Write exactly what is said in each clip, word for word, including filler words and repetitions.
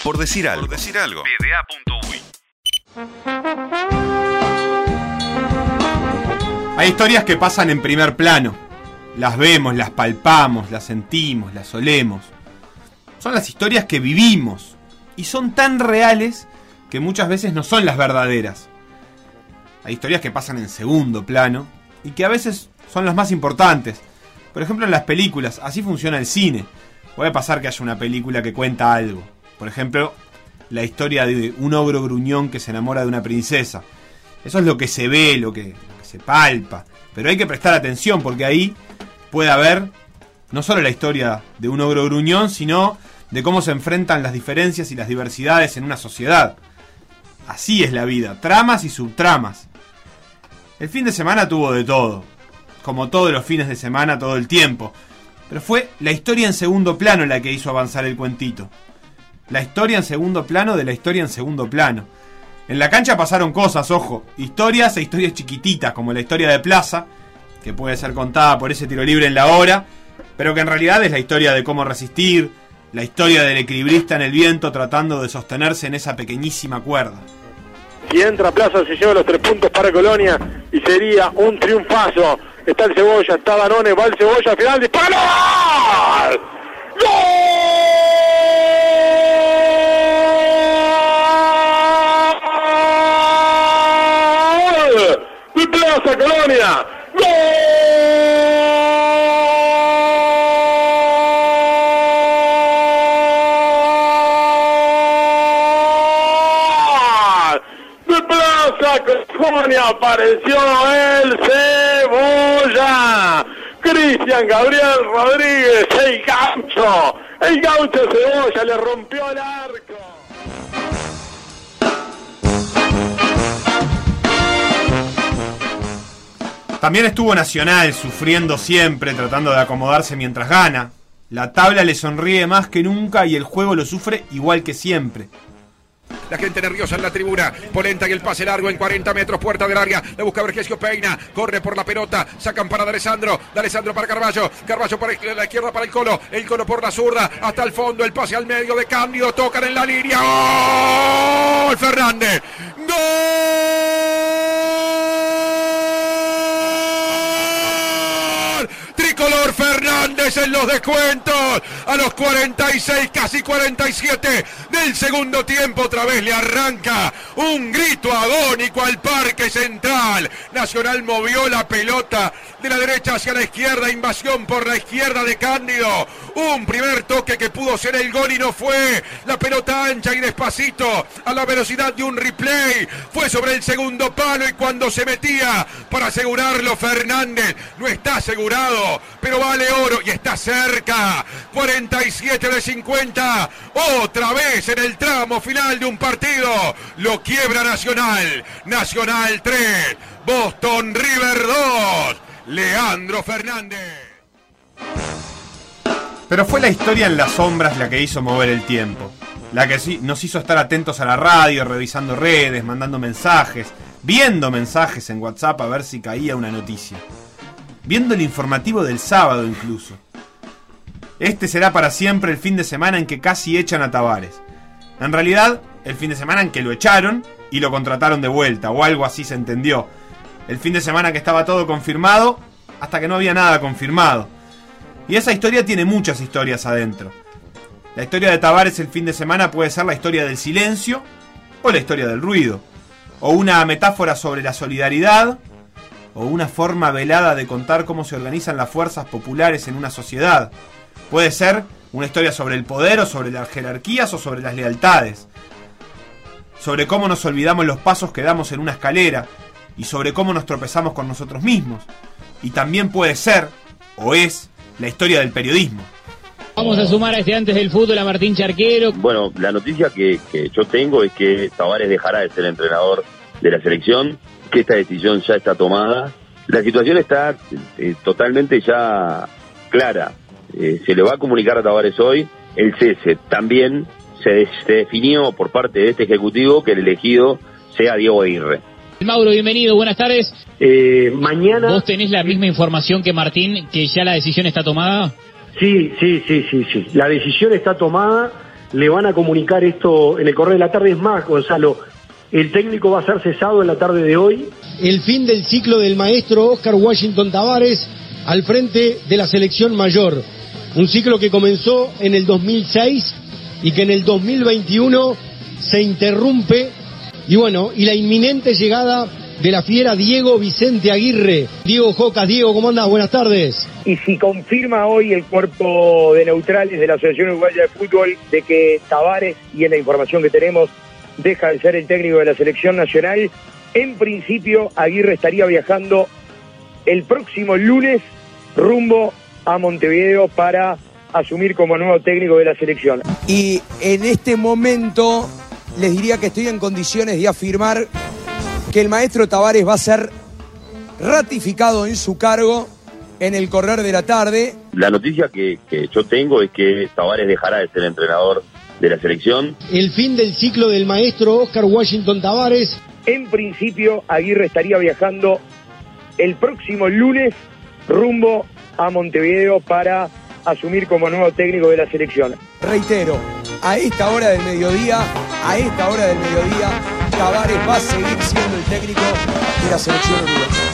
Por decir algo. Por decir algo. P D A punto U Y. Hay historias que pasan en primer plano. Las vemos, las palpamos, las sentimos, las olemos. Son las historias que vivimos. Y son tan reales que muchas veces no son las verdaderas. Hay historias que pasan en segundo plano y que a veces son las más importantes. Por ejemplo, en las películas. Así funciona el cine. Puede pasar que haya una película que cuenta algo. Por ejemplo, la historia de un ogro gruñón que se enamora de una princesa. Eso es lo que se ve, lo que, lo que se palpa. Pero hay que prestar atención porque ahí puede haber no solo la historia de un ogro gruñón, sino de cómo se enfrentan las diferencias y las diversidades en una sociedad. Así es la vida, tramas y subtramas. El fin de semana tuvo de todo, como todos los fines de semana todo el tiempo. Pero fue la historia en segundo plano la que hizo avanzar el cuentito. La historia en segundo plano de la historia en segundo plano. En la cancha pasaron cosas, ojo, historias e historias chiquititas, como la historia de Plaza, que puede ser contada por ese tiro libre en la hora, pero que en realidad es la historia de cómo resistir, la historia del equilibrista en el viento tratando de sostenerse en esa pequeñísima cuerda. Si entra Plaza se lleva los tres puntos para Colonia y sería un triunfazo. Está el Cebolla, está Danone, va el Cebolla, al final disparo. ¡Gol! ¡De Plaza Colonia! ¡Gol! Colonia apareció el Cebolla. Cristian Gabriel Rodríguez, el gaucho. El gaucho Cebolla le rompió el arco. También estuvo Nacional, sufriendo siempre, tratando de acomodarse mientras gana. La tabla le sonríe más que nunca y el juego lo sufre igual que siempre. La gente nerviosa en la tribuna. Polenta y el pase largo en cuarenta metros, puerta del área. Le busca Vergesio Peina. Corre por la pelota. Sacan para D'Alessandro. D'Alessandro para Carballo. Carballo para la izquierda para el Colo. El Colo por la zurda. Hasta el fondo. El pase al medio de Cándido. Tocan en la línea. ¡Gol! Fernández. ¡Gol! Tricolor Fernández en los descuentos. A los cuarenta y seis, casi cuarenta y siete del segundo tiempo, otra vez le arranca un grito agónico al Parque Central. Nacional movió la pelota de la derecha hacia la izquierda, invasión por la izquierda de Cándido. Un primer toque que pudo ser el gol y no fue. La pelota ancha y despacito a la velocidad de un replay. Fue sobre el segundo palo y cuando se metía para asegurarlo Fernández, no está asegurado, pero vale oro y está cerca. cuarenta y siete de cincuenta. Otra vez en el tramo final de un partido. Lo quiebra Nacional. Nacional tres. Boston River dos. Leandro Fernández. Pero fue la historia en las sombras la que hizo mover el tiempo. La que sí, nos hizo estar atentos a la radio, revisando redes, mandando mensajes, viendo mensajes en WhatsApp a ver si caía una noticia. Viendo el informativo del sábado incluso. Este será para siempre el fin de semana en que casi echan a Tavares. En realidad, el fin de semana en que lo echaron y lo contrataron de vuelta, o algo así se entendió. El fin de semana que estaba todo confirmado, hasta que no había nada confirmado. Y esa historia tiene muchas historias adentro. La historia de Tavares el fin de semana puede ser la historia del silencio o la historia del ruido. O una metáfora sobre la solidaridad, o una forma velada de contar cómo se organizan las fuerzas populares en una sociedad. Puede ser una historia sobre el poder o sobre las jerarquías o sobre las lealtades. Sobre cómo nos olvidamos los pasos que damos en una escalera y sobre cómo nos tropezamos con nosotros mismos. Y también puede ser, o es, la historia del periodismo. Vamos a sumar a este antes del fútbol a Martín Charquero. Bueno, la noticia que, que yo tengo es que Tavares dejará de ser entrenador de la selección, que esta decisión ya está tomada. La situación está eh, totalmente ya clara. Eh, se le va a comunicar a Tavares hoy el cese. También se, se definió por parte de este ejecutivo que el elegido sea Diego Aguirre. Mauro, bienvenido, buenas tardes. Eh, mañana... ¿Vos tenés la misma información que Martín, que ya la decisión está tomada? Sí, sí, sí, sí, sí. La decisión está tomada le van a comunicar esto en el correo de la tarde. Es más, Gonzalo, el técnico va a ser cesado en la tarde de hoy. El fin del ciclo del maestro Oscar Washington Tabárez al frente de la selección mayor. Un ciclo que comenzó en el dos mil seis y que en el dos mil veintiuno se interrumpe. Y bueno, y la inminente llegada de la fiera Diego Vicente Aguirre. Diego Jocas, Diego, ¿cómo andás? Buenas tardes. Y si confirma hoy el cuerpo de neutrales de la Asociación Uruguaya de Fútbol de que Tabárez, y en la información que tenemos, deja de ser el técnico de la selección nacional, en principio Aguirre estaría viajando el próximo lunes rumbo a Montevideo para asumir como nuevo técnico de la selección. Y en este momento les diría que estoy en condiciones de afirmar que el maestro Tabárez va a ser ratificado en su cargo en el correr de la tarde. La noticia que, que yo tengo es que Tabárez dejará de ser entrenador de la selección. El fin del ciclo del maestro Oscar Washington Tabárez. En principio Aguirre estaría viajando el próximo lunes rumbo a Montevideo para asumir como nuevo técnico de la selección. Reitero, a esta hora del mediodía, a esta hora del mediodía, Tabárez va a seguir siendo el técnico de la selección uruguaya.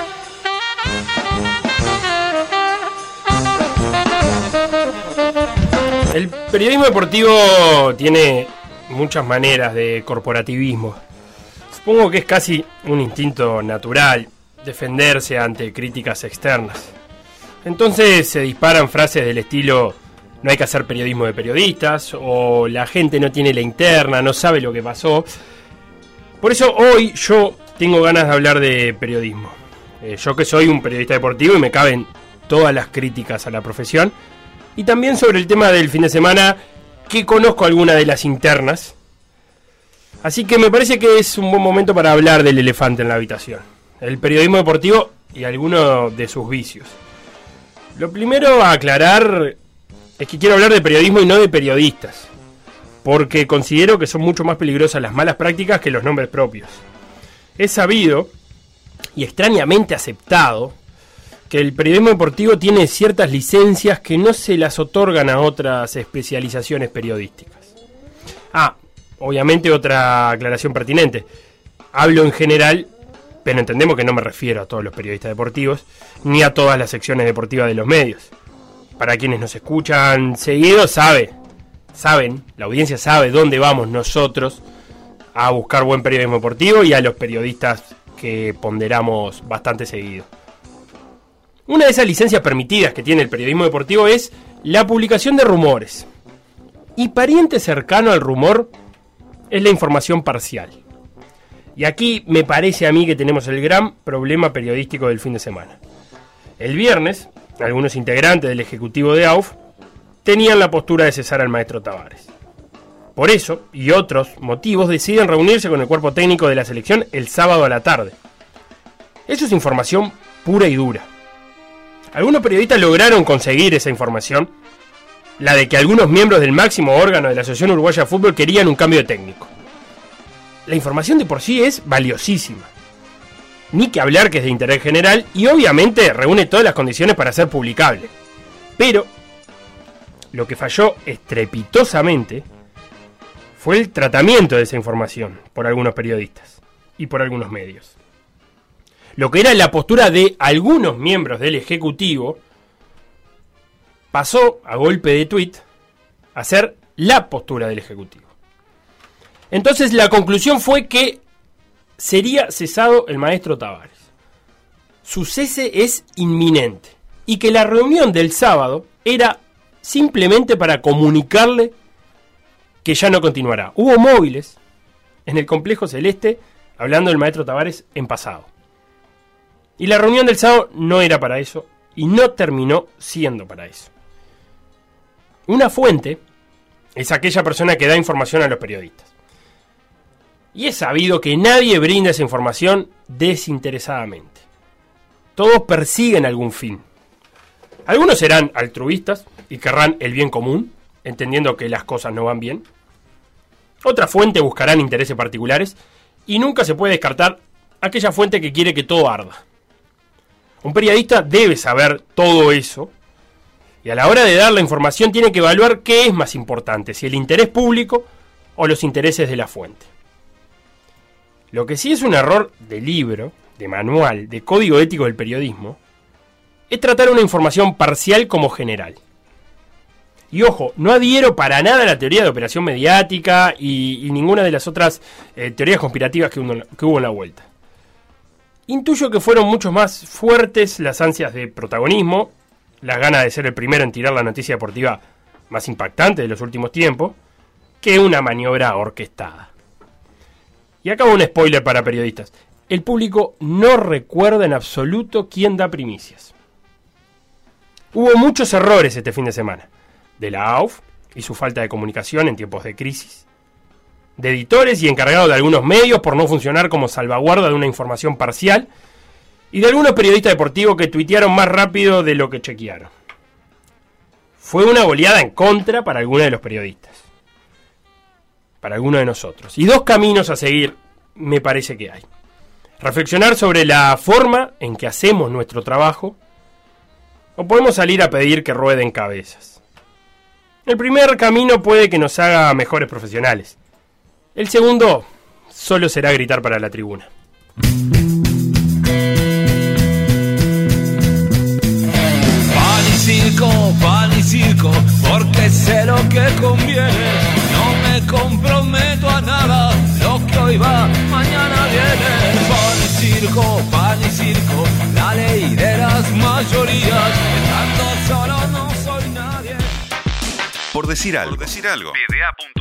El periodismo deportivo tiene muchas maneras de corporativismo. Supongo que es casi un instinto natural defenderse ante críticas externas. Entonces se disparan frases del estilo: no hay que hacer periodismo de periodistas, o la gente no tiene la interna, no sabe lo que pasó. Por eso hoy yo tengo ganas de hablar de periodismo. Eh, yo que soy un periodista deportivo y me caben todas las críticas a la profesión. Y también sobre el tema del fin de semana, que conozco alguna de las internas. Así que me parece que es un buen momento para hablar del elefante en la habitación: el periodismo deportivo y algunos de sus vicios. Lo primero a aclarar es que quiero hablar de periodismo y no de periodistas, porque considero que son mucho más peligrosas las malas prácticas que los nombres propios. Es sabido y extrañamente aceptado que el periodismo deportivo tiene ciertas licencias que no se las otorgan a otras especializaciones periodísticas. Ah, obviamente otra aclaración pertinente. Hablo en general, pero entendemos que no me refiero a todos los periodistas deportivos, ni a todas las secciones deportivas de los medios. Para quienes nos escuchan seguido, sabe, saben, la audiencia sabe dónde vamos nosotros a buscar buen periodismo deportivo y a los periodistas que ponderamos bastante seguido. Una de esas licencias permitidas que tiene el periodismo deportivo es la publicación de rumores. Y pariente cercano al rumor es la información parcial. Y aquí me parece a mí que tenemos el gran problema periodístico del fin de semana. El viernes, algunos integrantes del ejecutivo de A U F tenían la postura de cesar al maestro Tabárez. Por eso, y otros motivos, deciden reunirse con el cuerpo técnico de la selección el sábado a la tarde. Eso es información pura y dura. Algunos periodistas lograron conseguir esa información, la de que algunos miembros del máximo órgano de la Asociación Uruguaya de Fútbol querían un cambio de técnico. La información de por sí es valiosísima. Ni que hablar que es de interés general y obviamente reúne todas las condiciones para ser publicable. Pero lo que falló estrepitosamente fue el tratamiento de esa información por algunos periodistas y por algunos medios. Lo que era la postura de algunos miembros del Ejecutivo pasó, a golpe de tuit, a ser la postura del Ejecutivo. Entonces la conclusión fue que sería cesado el maestro Tabárez. Su cese es inminente y que la reunión del sábado era simplemente para comunicarle que ya no continuará. Hubo móviles en el complejo celeste hablando del maestro Tabárez en pasado. Y la reunión del sábado no era para eso y no terminó siendo para eso. Una fuente es aquella persona que da información a los periodistas. Y es sabido que nadie brinda esa información desinteresadamente. Todos persiguen algún fin. Algunos serán altruistas y querrán el bien común, entendiendo que las cosas no van bien. Otra fuente buscarán intereses particulares y nunca se puede descartar aquella fuente que quiere que todo arda. Un periodista debe saber todo eso Y a la hora de dar la información tiene que evaluar qué es más importante, si el interés público o los intereses de la fuente. Lo que sí es un error de libro, de manual, de código ético del periodismo, es tratar una información parcial como general. Y ojo, no adhiero para nada a la teoría de operación mediática y, y ninguna de las otras eh, teorías conspirativas que, uno, que hubo en la vuelta. Intuyo que fueron mucho más fuertes las ansias de protagonismo, las ganas de ser el primero en tirar la noticia deportiva más impactante de los últimos tiempos, que una maniobra orquestada. Y acá un spoiler para periodistas. El público no recuerda en absoluto quién da primicias. Hubo muchos errores este fin de semana. De la A U F y su falta de comunicación en tiempos de crisis. De editores y encargados de algunos medios por no funcionar como salvaguarda de una información parcial. Y de algunos periodistas deportivos que tuitearon más rápido de lo que chequearon. Fue una goleada en contra para algunos de los periodistas. Para algunos de nosotros. Y dos caminos a seguir me parece que hay. Reflexionar sobre la forma en que hacemos nuestro trabajo. O podemos salir a pedir que rueden cabezas. El primer camino puede que nos haga mejores profesionales. El segundo solo será gritar para la tribuna. Pan y circo, pan y circo, porque sé lo que conviene. No me comprometo a nada, lo que hoy va, mañana viene. Pan y circo, pan y circo, la ley de las mayorías. Estando solo no soy nadie. Por decir algo. Por decir algo. B D A punto